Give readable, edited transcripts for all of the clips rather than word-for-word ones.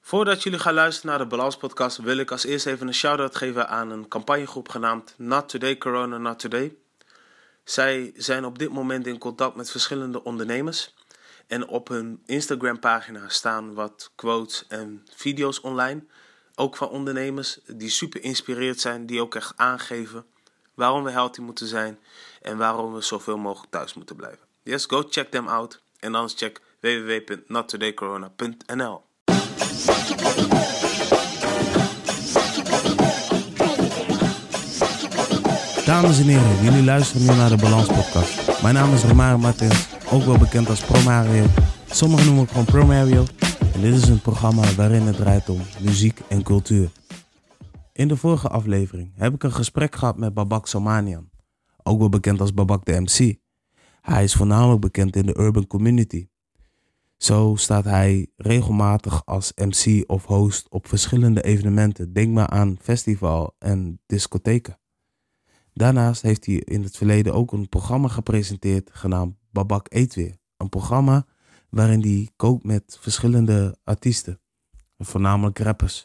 Voordat jullie gaan luisteren naar de Balans Podcast wil ik als eerst even een shout-out geven aan een campagnegroep genaamd Not Today Corona Not Today. Zij zijn op dit moment in contact met verschillende ondernemers. En op hun Instagram pagina staan wat quotes en video's online. Ook van ondernemers die super inspireerd zijn, die ook echt aangeven waarom we healthy moeten zijn en waarom we zoveel mogelijk thuis moeten blijven. Yes, go check them out. En anders check www.nottodaycorona.nl. Dames en heren, jullie luisteren nu naar de Balans Podcast. Mijn naam is Romario Martins, ook wel bekend als Promario. Sommigen noemen me gewoon Promario. En dit is een programma waarin het draait om muziek en cultuur. In de vorige aflevering heb ik een gesprek gehad met Babak Salmanian, ook wel bekend als Babak de MC. Hij is voornamelijk bekend in de urban community. Zo staat hij regelmatig als MC of host op verschillende evenementen. Denk maar aan festival en discotheken. Daarnaast heeft hij in het verleden ook een programma gepresenteerd genaamd Babak Eet Weer. Een programma waarin hij kookt met verschillende artiesten, voornamelijk rappers.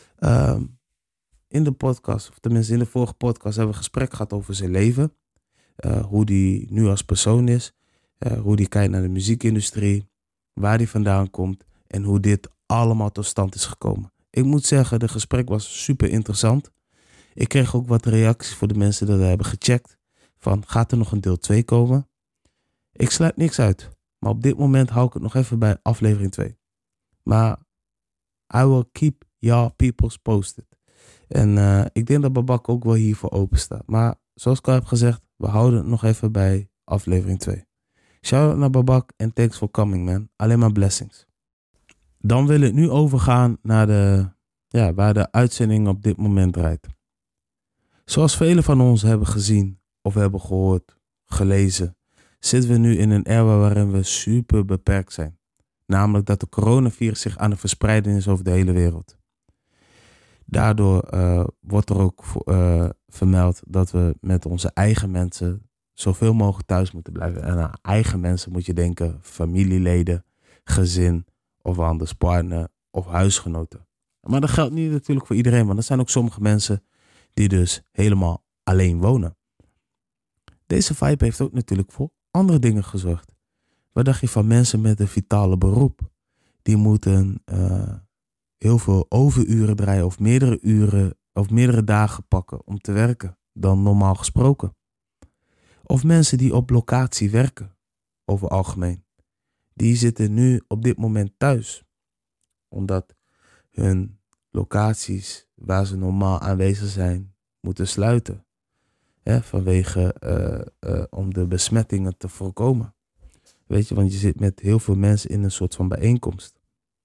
In de podcast, of tenminste in de vorige podcast, hebben we een gesprek gehad over zijn leven. Hoe hij nu als persoon is, hoe hij kijkt naar de muziekindustrie, waar hij vandaan komt en hoe dit allemaal tot stand is gekomen. Ik moet zeggen, het gesprek was super interessant. Ik kreeg ook wat reacties voor de mensen die hebben gecheckt. Van, gaat er nog een deel 2 komen? Ik sluit niks uit. Maar op dit moment hou ik het nog even bij aflevering 2. Maar I will keep y'all peoples posted. En ik denk dat Babak ook wel hiervoor open staat. Maar zoals ik al heb gezegd, we houden het nog even bij aflevering 2. Shout out naar Babak en thanks for coming, man. Alleen maar blessings. Dan wil ik nu overgaan naar waar de uitzending op dit moment draait. Zoals velen van ons hebben gezien of hebben gehoord, gelezen, zitten we nu in een era waarin we super beperkt zijn. Namelijk dat de coronavirus zich aan het verspreiden is over de hele wereld. Daardoor wordt er ook vermeld dat we met onze eigen mensen zoveel mogelijk thuis moeten blijven. En aan eigen mensen moet je denken familieleden, gezin of anders partner of huisgenoten. Maar dat geldt niet natuurlijk voor iedereen, want er zijn ook sommige mensen die dus helemaal alleen wonen. Deze vibe heeft ook natuurlijk voor andere dingen gezorgd. Wat dacht je van mensen met een vitale beroep? Die moeten heel veel overuren draaien of meerdere uren of meerdere dagen pakken om te werken dan normaal gesproken. Of mensen die op locatie werken, over algemeen. Die zitten nu op dit moment thuis. Omdat hun locaties waar ze normaal aanwezig zijn, moeten sluiten. Vanwege om de besmettingen te voorkomen. Weet je, want je zit met heel veel mensen in een soort van bijeenkomst.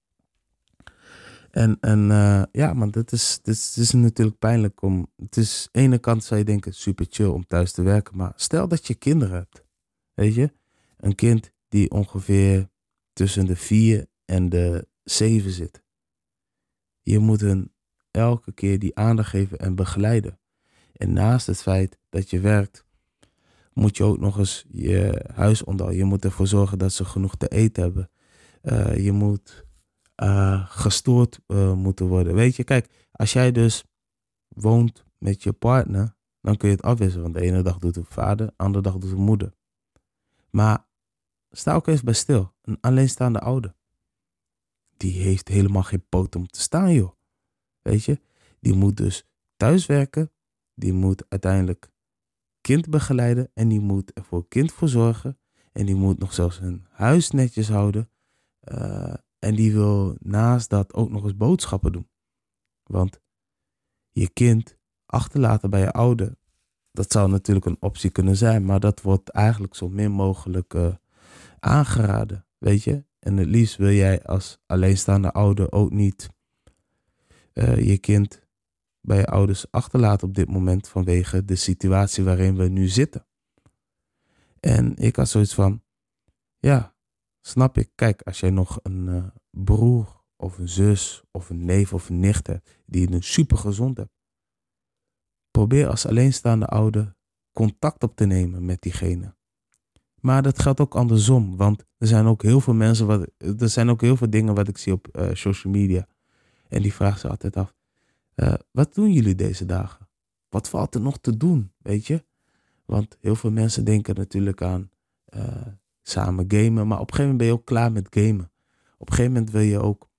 Maar dit is natuurlijk pijnlijk om. Het is aan de ene kant zou je denken super chill om thuis te werken. Maar stel dat je kinderen hebt. Weet je, een kind die ongeveer tussen de 4 en de 7 zit. Je moet hen elke keer die aandacht geven en begeleiden. En naast het feit dat je werkt, moet je ook nog eens je huis onderhouden. Je moet ervoor zorgen dat ze genoeg te eten hebben. Je moet gestoord moeten worden. Weet je, kijk, als jij dus woont met je partner, dan kun je het afwisselen. Want de ene dag doet de vader, de andere dag doet de moeder. Maar sta ook even bij stil. Een alleenstaande ouder, die heeft helemaal geen poot om te staan, joh. Weet je, die moet dus thuiswerken. Die moet uiteindelijk kind begeleiden. En die moet er voor kind voor zorgen. En die moet nog zelfs hun huis netjes houden. En die wil naast dat ook nog eens boodschappen doen. Want je kind achterlaten bij je ouder, dat zou natuurlijk een optie kunnen zijn. Maar dat wordt eigenlijk zo min mogelijk aangeraden, weet je. En het liefst wil jij als alleenstaande ouder ook niet je kind bij je ouders achterlaten op dit moment vanwege de situatie waarin we nu zitten. En ik had zoiets van, ja, snap ik. Kijk, als jij nog een broer of een zus of een neef of een nicht hebt die je super gezond hebt, probeer als alleenstaande ouder contact op te nemen met diegene. Maar dat geldt ook andersom, want er zijn ook heel veel mensen, er zijn ook heel veel dingen wat ik zie op social media. En die vraagt zich altijd af, wat doen jullie deze dagen? Wat valt er nog te doen, weet je? Want heel veel mensen denken natuurlijk aan samen gamen. Maar op een gegeven moment ben je ook klaar met gamen. Op een gegeven moment wil je ook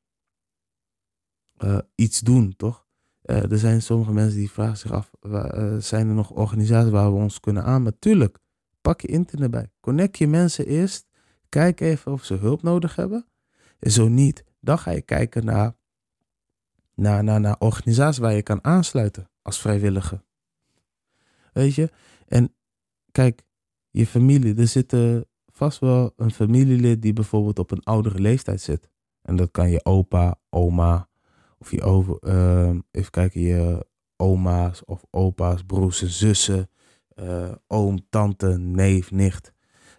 iets doen, toch? Er zijn sommige mensen die vragen zich af, zijn er nog organisaties waar we ons kunnen aan? Maar tuurlijk, pak je internet bij. Connect je mensen eerst. Kijk even of ze hulp nodig hebben. En zo niet, dan ga je kijken naar organisaties waar je kan aansluiten als vrijwilliger. Weet je? En kijk, je familie, er zit vast wel een familielid die bijvoorbeeld op een oudere leeftijd zit. En dat kan je opa, oma, of je je oma's of opa's, broers en zussen, oom, tante, neef, nicht.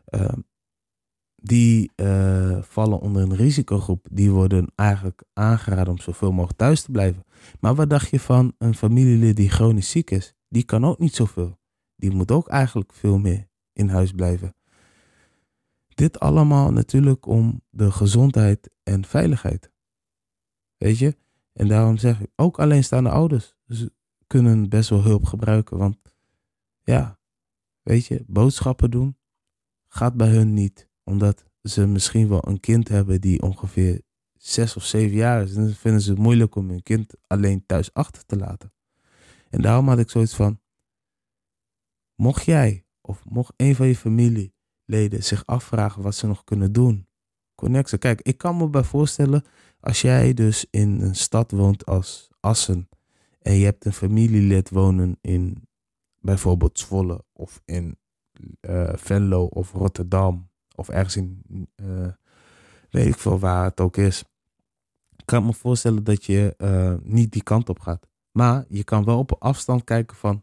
Die vallen onder een risicogroep. Die worden eigenlijk aangeraden om zoveel mogelijk thuis te blijven. Maar wat dacht je van een familielid die chronisch ziek is? Die kan ook niet zoveel. Die moet ook eigenlijk veel meer in huis blijven. Dit allemaal natuurlijk om de gezondheid en veiligheid. Weet je? En daarom zeg ik, ook alleenstaande ouders kunnen best wel hulp gebruiken. Want ja, weet je, boodschappen doen gaat bij hun niet. Omdat ze misschien wel een kind hebben die ongeveer 6 of 7 jaar is. En dan vinden ze het moeilijk om hun kind alleen thuis achter te laten. En daarom had ik zoiets van, mocht jij of mocht een van je familieleden zich afvragen wat ze nog kunnen doen, connect ze. Kijk, ik kan me bij voorstellen, als jij dus in een stad woont als Assen en je hebt een familielid wonen in bijvoorbeeld Zwolle of in Venlo of Rotterdam of ergens in, weet ik veel waar het ook is. Ik kan me voorstellen dat je niet die kant op gaat. Maar je kan wel op afstand kijken van,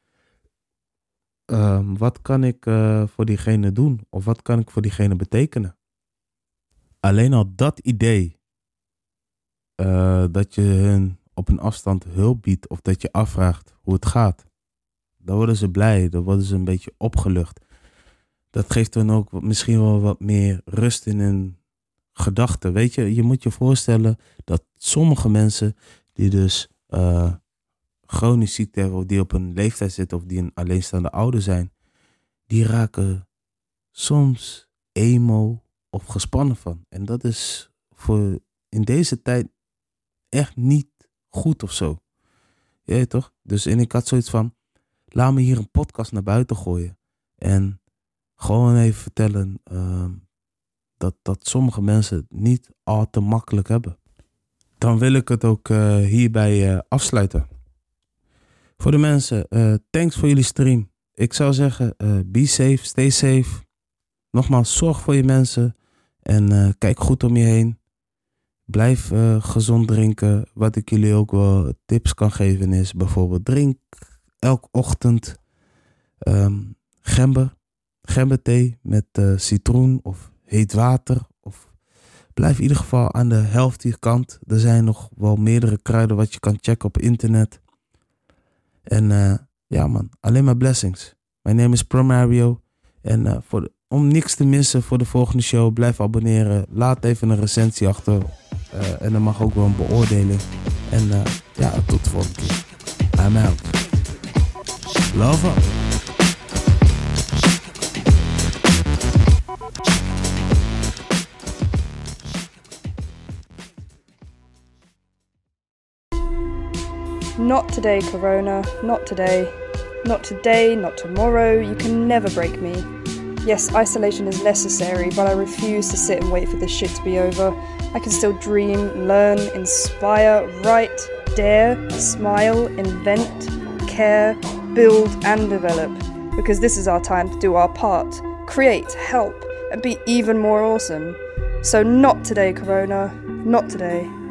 wat kan ik voor diegene doen? Of wat kan ik voor diegene betekenen? Alleen al dat idee, dat je hun op een afstand hulp biedt of dat je afvraagt hoe het gaat. Dan worden ze blij, dan worden ze een beetje opgelucht. Dat geeft dan ook misschien wel wat meer rust in hun gedachten. Weet je, je moet je voorstellen dat sommige mensen die dus chronisch ziekte hebben of die op een leeftijd zitten of die een alleenstaande ouder zijn, die raken soms emo of gespannen van. En dat is voor in deze tijd echt niet goed of zo. Ja, toch? Dus en ik had zoiets van, laat me hier een podcast naar buiten gooien. En gewoon even vertellen dat sommige mensen het niet al te makkelijk hebben. Dan wil ik het ook hierbij afsluiten. Voor de mensen, thanks voor jullie stream. Ik zou zeggen, be safe, stay safe. Nogmaals, zorg voor je mensen. En kijk goed om je heen. Blijf gezond drinken. Wat ik jullie ook wel tips kan geven is bijvoorbeeld drink elke ochtend gemberthee met citroen of heet water. Of blijf in ieder geval aan de healthy kant. Er zijn nog wel meerdere kruiden wat je kan checken op internet. En ja man, alleen maar blessings. Mijn naam is Promario. En om niks te missen voor de volgende show, blijf abonneren. Laat even een recensie achter. En dan mag ook wel een beoordeling. En ja, tot de volgende keer. I'm out. Love up. Not today, Corona. Not today. Not today, not tomorrow. You can never break me. Yes, isolation is necessary, but I refuse to sit and wait for this shit to be over. I can still dream, learn, inspire, write, dare, smile, invent, care, build and develop. Because this is our time to do our part. Create, help, and be even more awesome. So not today, Corona. Not today.